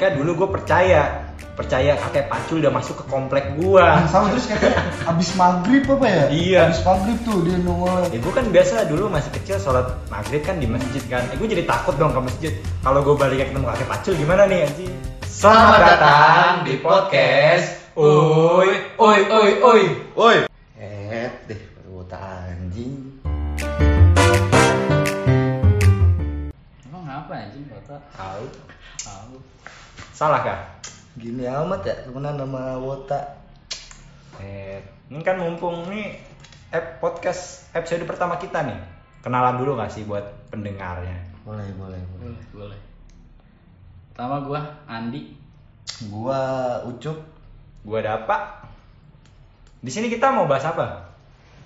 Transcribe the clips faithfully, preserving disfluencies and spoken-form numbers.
Makanya dulu gue percaya percaya kakek Pacul udah masuk ke komplek gua. Sama terus kakek abis maghrib apa ya? Iya. Abis maghrib tuh dia nongol. Ya gue kan biasa dulu masih kecil sholat maghrib kan di masjid kan. Eh gue jadi takut dong ke masjid. Kalau gue balik ketemu kakek Pacul gimana nih anjing? Selamat datang di podcast. Oi, oi, oi, oi, oi. Eh deh, perbuatan anjing. Emang ngapa anjing kota? Tahu. Tahu. Salah kah? Gini amat ya temenan sama Wota. Eh, ini kan mumpung nih ep podcast episode pertama kita nih. Kenalan dulu gak sih buat pendengarnya? Boleh, boleh, boleh. Boleh, boleh. Pertama gua Andi. Gua Ucup. Gua Dapa. Di sini kita mau bahas apa?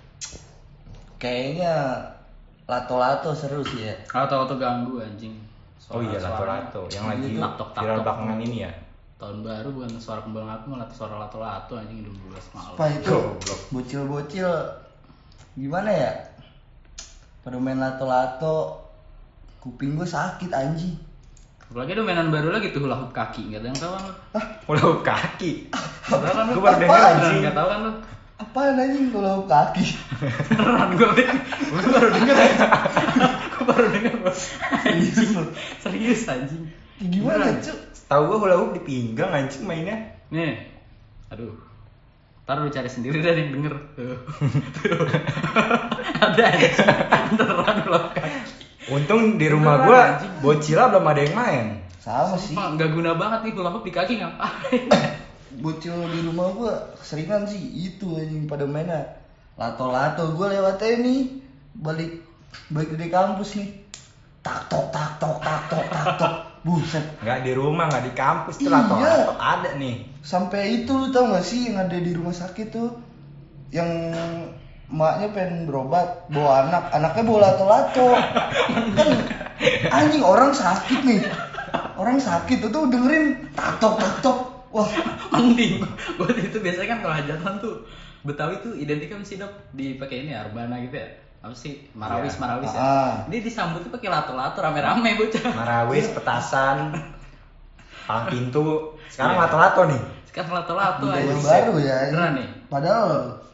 Kayaknya lato-lato seru sih ya. Auto-auto ganggu anjing. Oh iya, Suara-suara. lato-lato yang lagi Gitu. Tak-tok, viral tak-tok. belakangan ini ya. Tahun baru bukan suara kembang api malah suara lato-lato anjing dua belas malam. Apa itu? Goblok. Bocil-bocil gimana ya? Pada main lato-lato, kuping gua sakit anjing. Apalagi ada mainan baru lagi tuh hula hoop kaki, enggak ada yang tahu kan lu? Udah kaki. Enggak tahu kan lu? Gua baru denger Apaan? anjing. Enggak tahu kan lu? Apaan anjing kalau kaki? Beneran gua gua baru denger anjing. Gua baru denger bos. Anjing lu. Serius anjing. Gimana, Beneran. Cuk? Tahu gua hula hoop di pinggang anjing mainnya. Nih. Aduh. Ntar lu cari sendiri deh yang denger. Tuh. Tuh. Ada anjing. Beneran hula hoop kaki. Untung di rumah Beneran, gua anjing. bocila belum ada yang main. Sama sih. Sumpah, nggak guna banget nih hula hoop di kaki ngapain? Bocil di rumah gua keseringan sih itu anjing pada mainnya lato-lato. Gua lewatnya nih balik balik dari kampus nih, tak tok tak tok tak tok tak tok, buset. Nggak di rumah, nggak di kampus tuh Iya. lato-lato ada nih. Sampai itu lu tau gak sih yang ada di rumah sakit tuh, yang emaknya pengen berobat bawa anak, anaknya bawa lato-lato. Kan anjing, orang sakit nih, orang sakit tuh, tuh dengerin tak tok tak tok. Wah, Mending gua itu biasanya kan kalau hajatan tuh Betawi tuh identiknya mesti dok dipakai ini ya, Arbana gitu ya. Apa sih? Marawis, Iya. Marawis ya. Ah. Dia disambut tuh pakai lato-lato rame-rame bocah. Marawis, petasan, palang pintu. Sekarang Iya. lato-lato nih. Sekarang lato-lato udah aja. yang baru ya. Beneran nih. Padahal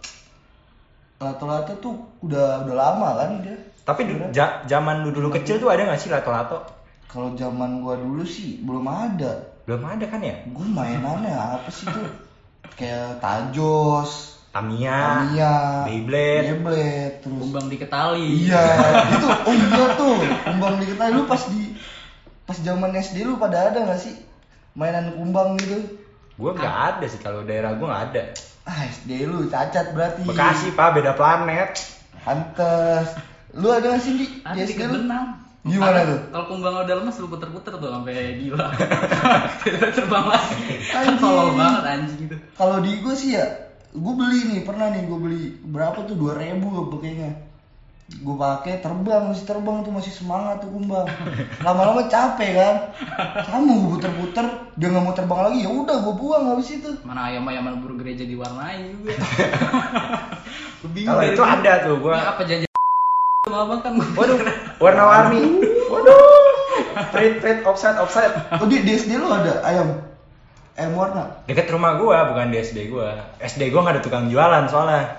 lato-lato tuh udah udah lama kan dia. Tapi du- ja- zaman lu dulu kecil tuh ada nggak sih lato-lato? Kalau zaman gua dulu sih belum ada. Belum ada kan ya? Gua mainannya apa sih tuh? Kayak tajos, Tamiya, Tamiya, Beyblade. Beyblade, terus Kumbang di ketali. iya, itu oh iya tuh, kumbang diketahui. Lu pas di pas zaman S D lu pada ada nggak sih mainan kumbang gitu? Gua nggak ada sih, kalau daerah gua nggak ada. Ah, S D lu cacat berarti. Bekasi pak, beda planet. Pantes. Lu ada nggak sih di, di Ada S di D lu? Benang. Gimana Ada- tuh? Kalau kumbang udah lemes lu puter-puter tuh sampai gila. Terbang lagi. Kan Anjing. tolol banget anjing itu. Kalau di gue sih ya, gue beli nih, pernah nih gue beli berapa tuh dua ribu apa kayaknya. Gue pakai terbang, masih terbang tuh, masih semangat tuh kumbang. Lama-lama capek kan, kamu gue puter-puter, dia nggak mau terbang lagi, ya udah gue buang habis itu. Mana ayam-ayaman buru gereja diwarnai juga. Gua bingung Kalau dari itu dulu. ada tuh Ini gua. apa janji sama abang kan? Waduh, warna-warni. Waduh. Trade trade offset offset. Oh di, di S D lu ada ayam, ayam warna. Deket rumah gua, bukan di S D gua. S D gua nggak ada tukang jualan soalnya.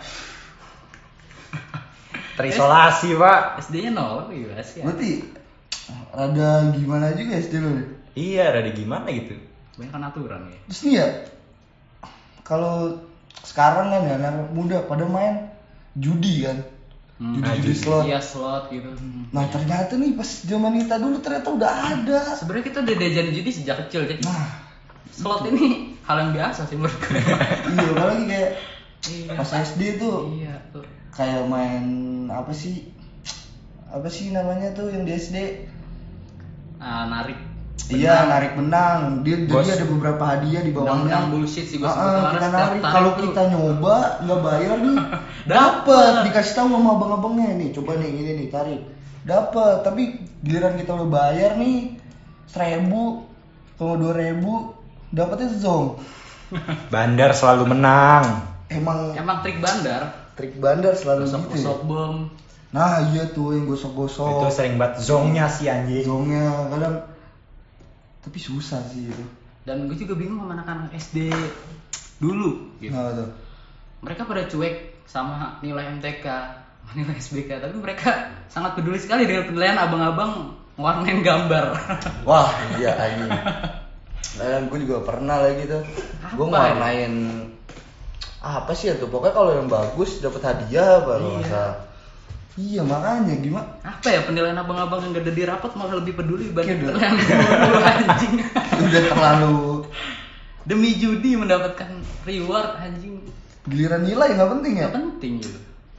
Terisolasi pak. S D-nya nol, gimana sih? Berarti rada gimana juga S D lu nih. Iya, rada gimana gitu. Banyak kan aturan ya. Terus nih ya, kalau sekarang kan ya anak muda pada main judi kan, Hmm. judi Ah, judi judi. slot. Iya slot gitu. Nah ternyata nih pas zaman kita dulu ternyata udah ada. Sebenarnya kita udah diajarin judi sejak kecil jadi Nah, slot ini hal yang biasa sih menurut gue. iya apalagi kayak Iya. pas S D tuh Iya tuh. kayak main apa sih, apa sih namanya tuh yang di S D? Ah, narik. Iya narik benang. Dia Bos. jadi ada beberapa hadiah di bawahnya. Benang-benang bullshit sih gua Ah, sebut ah, kemarin kita setiap narik. tarik Kalau tuh. kita nyoba nggak bayar nih, Dapet. dapet. Dikasih tahu sama abang-abangnya nih, coba nih ini nih tarik, dapet. Tapi giliran kita udah bayar nih seribu, kalau dua ribu, dapetnya zong. Bandar selalu menang. Emang Emang trik bandar. trik bandar selalu gitu ya. Gosok-gosok bom. Nah iya tuh yang gosok-gosok. Itu sering banget zongnya si anjing. Zongnya kadang, tapi susah sih itu. Dan gue juga bingung sama anak-anak S D dulu gitu. Nah, tuh. Mereka pada cuek sama nilai M T K, sama nilai S B K, tapi mereka sangat peduli sekali dengan penilaian abang-abang warnain gambar. Wah, iya anjing. Nah, gue juga pernah lagi tuh. Gue Apa ya? warnain apa sih ya tuh? Pokoknya kalau yang bagus dapat hadiah baru Iya. masa. Iya, makanya gimana? Apa ya penilaian abang-abang yang gak ada di rapat malah lebih peduli dibanding Iya, penilaian guru anjing. Udah terlalu Demi judi mendapatkan reward anjing. giliran nilai nggak penting ya? Gak penting gitu.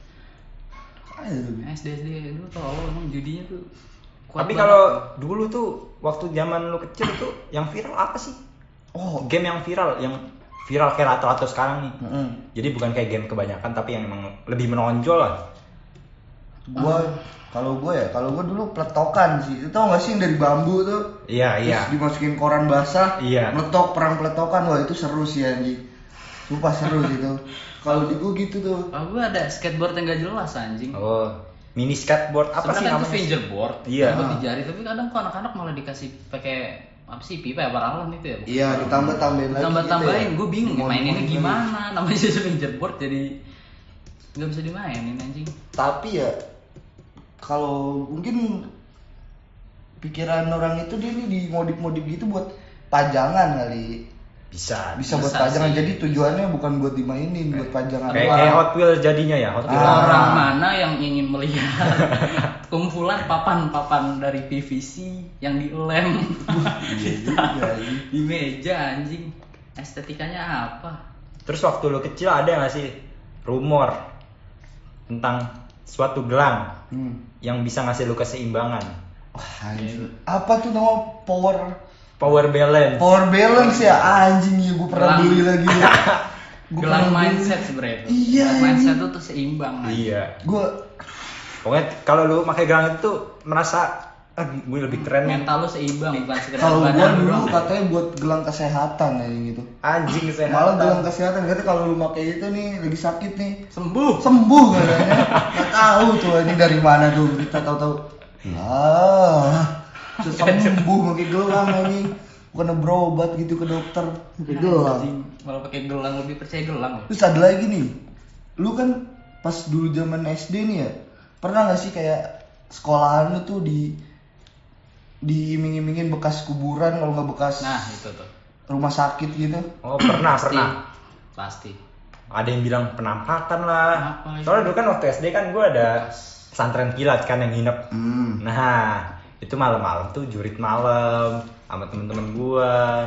Aduh. S D S D dulu tolol emang judinya tuh. kuat Tapi banget. kalau dulu tuh waktu zaman lu kecil tuh yang viral apa sih? Oh, Game yang viral, yang viral kayak lato-lato sekarang nih. heeh. Jadi bukan kayak game kebanyakan tapi yang emang lebih menonjol lah. Gua kalau gue ya, kalau gue dulu peletokan sih. Itu tau gak sih yang dari bambu tuh? Iya, Terus iya. dimasukin koran basah, Iya. meletok perang peletokan. Wah, itu seru sih anjing. Sumpah seru gitu. Kalau di gue gitu tuh. Oh, gue ada skateboard yang gak jelas anjing. Oh, mini skateboard apa sih Sebenarnya kan itu namanya? fingerboard, Iya. buat di jari. Tapi kadang kok anak-anak malah dikasih pakai apa sih pipa ya paralon itu ya? Iya, ditambah-tambahin lagi. Tambah-tambahin, gitu ya. gue bingung Dimodif- maininnya modif lagi. gimana. Namanya juga fingerboard jadi nggak bisa dimainin anjing. Tapi ya kalau mungkin pikiran orang itu dia nih dimodif-modif gitu buat pajangan kali. Bisa. Bisa buat Bisa pajangan. sih. Jadi tujuannya bukan buat dimainin, buat pajangan. Kayak, doang. kayak Hot Wheels jadinya ya, Hot Wheels. Ah. Orang mana yang ingin melihat kumpulan papan-papan dari P V C yang dilem Iya juga, anjing. di meja anjing? Estetikanya apa? Terus waktu lu kecil ada nggak sih rumor tentang suatu gelang Hmm. yang bisa ngasih lu keseimbangan? Wah, anjing. Apa tuh nama power Power balance. power balance ya anjing ya gue pernah Gelang. beli lagi. Gua Gelang pernah beli. mindset sebenarnya itu. Iya, Gelang mindset anjing. tuh tuh seimbang anjing. Iya. Gue Pokoknya kalau lu pakai gelang itu tuh merasa ah, gue lebih keren nih. Mental lu seimbang bukan sekedar kalau gue badan dulu doang. katanya buat gelang kesehatan ya gitu. Anjing kesehatan. Malah gelang kesehatan katanya kalau lu pakai itu nih lagi sakit nih Sembuh. sembuh katanya. Gak tahu tuh ini dari mana tuh kita tahu-tahu. Lah, sembuh pakai gelang anjing. Bukan berobat gitu ke dokter pakai gelang. Anjing, malah pakai gelang lebih percaya gelang. Terus ada lagi nih, lu kan pas dulu zaman S D nih ya, pernah gak sih kayak sekolahan lu tuh di diiming-imingin bekas kuburan kalau nggak bekas Nah, itu tuh. rumah sakit gitu? Oh pernah Pasti. pernah. Pasti. Ada yang bilang penampakan lah. Kenapa itu? Soalnya dulu kan waktu S D kan gue ada pesantren kilat kan yang nginep. Hmm. Nah itu malam-malam tuh jurit malam sama temen-temen gua.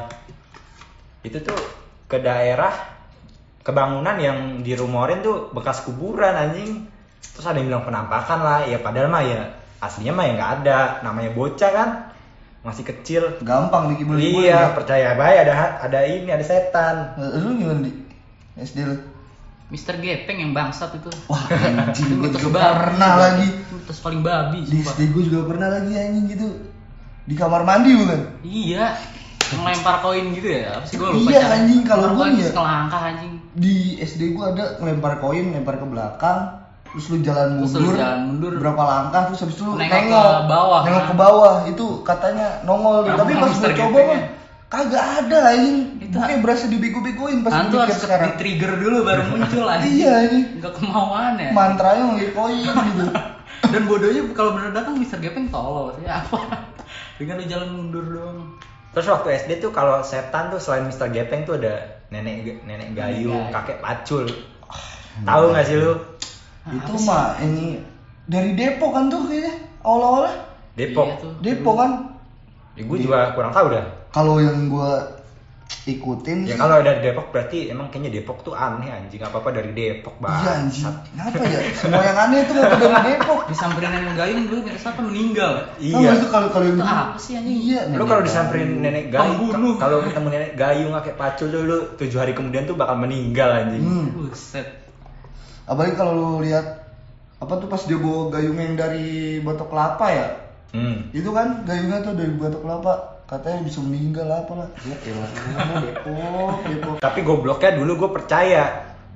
Itu tuh ke daerah kebangunan yang dirumorin tuh bekas kuburan anjing. Terus ada yang bilang penampakan lah. Ya padahal mah ya aslinya mah ya nggak ada. Namanya bocah kan masih kecil. Gampang dikibul-kibul. Iya percaya baik ada ada ini ada setan. Lu gimana di S D lu? Mister Gepeng yang bangsat itu. Wah anjing, gue Mitos juga babi. pernah lagi. Mitos paling babi Di sumpah. S D gue juga pernah lagi anjing gitu. Di kamar mandi bukan? Iya. Yang lempar koin gitu ya. Apa sih gua lupa Iya, caranya. anjing, kalau Lempar gua koin iya. terus kelangkah anjing. Di S D gue ada ngelempar koin, lempar ke belakang, terus lu jalan Terus mundur, lu jalan mundur. berapa langkah, terus habis itu lu Nengok nengok, ke bawah, nengok kan? ke bawah, itu katanya nongol tuh. Kamu Tapi kan pas Mister gue coba Gepeng mah ya? kagak ada anjing. Itu- Pokoknya berasa dibego-begoin pas Hantu gue harus pikir sekarang. di trigger dulu baru muncul anjing. Iya, anjing. Enggak kemauan ya. Mantranya nggak koin gitu. Dan bodohnya kalau bener datang Mister Gepeng tolol sih apa? Dengan lu jalan mundur dong. Terus waktu S D tuh kalau setan tuh selain Mister Gepeng tuh ada nenek nenek gayung, Nenek gayung. kakek pacul. Tahu nggak sih lu? Itu Apa sih? mah ini dari Depok kan tuh kayaknya awal-awalnya. Depok. Iya tuh. Depok kan. Ya, gue juga kurang tahu dah. Kalau yang gua ikutin Ya sih- kalau dari Depok berarti emang kayaknya Depok tuh aneh anjing, apa apa dari Depok banget. Iya anjing. Kenapa ya? Semua yang aneh itu mau dari Depok. Disamperin nenek gayung dulu nggak siapa meninggal. Tahu Iya. nggak sih kalau kalau yang Itu gitu? apa sih anjing? Iya. Lu nenek kalau disamperin gayung. nenek gayung, Pembunuh. kalau ketemu nenek gayung kakek pacul dulu tujuh hari kemudian tuh bakal meninggal anjing. Hmm. Buset. Apalagi kalau lu lihat apa tuh pas dia bawa gayung yang dari batok kelapa ya? Hmm. Itu kan gayungnya tuh dari batok kelapa. Katanya bisa meninggal apa lah. Ya elah, Depok, Depok. Tapi gobloknya dulu gue percaya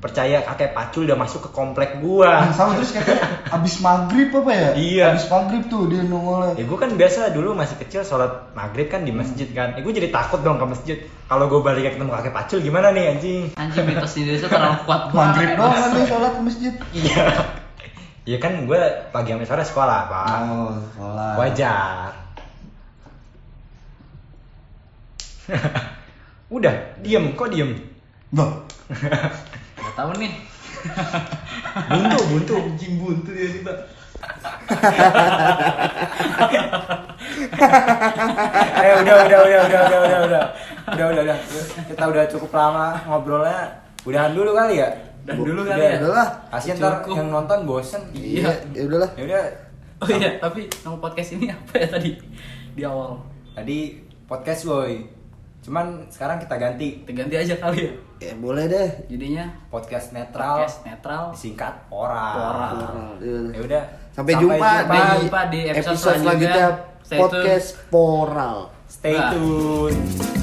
percaya kakek pacul udah masuk ke komplek gua. Nah, sama terus katanya abis maghrib apa ya? Iya. Abis maghrib tuh dia nongol. Ya gue kan biasa dulu masih kecil sholat maghrib kan di masjid kan. Eh gue jadi takut dong ke masjid. Kalau gue balik ketemu kakek pacul gimana nih anjing? Anjing mitos di Indonesia terlalu kuat banget. Maghrib doang kan dia sholat ke masjid. Iya. Ya kan gue pagi sampai sore sekolah pak. Oh, sholat. Wajar. Udah, diem, kok diem? Loh, Gak tahu nih. Buntu, buntu. anjing buntu dia sih, Pak. Eh udah, udah, udah, udah, udah, udah, udah, udah, udah, udah. Kita udah cukup lama ngobrolnya. Udahan dulu kali ya? Udah dulu kali Udah, ya. Udahlah. Kasian ntar Cukup. yang nonton bosen. Iya. Ya udahlah. Ya udah. Oh iya, tapi nama podcast ini apa ya tadi di awal? Tadi podcast boy. Cuman sekarang kita ganti Kita ganti aja kali ya. Ya boleh deh. Jadinya podcast netral. podcast netral. Disingkat Oral. Oral. Ya Ya udah. Sampai, jumpa, Sampai di jumpa di episode episode selanjutnya selanjutnya. Stay tune. podcast Poral. Stay Nah. tune.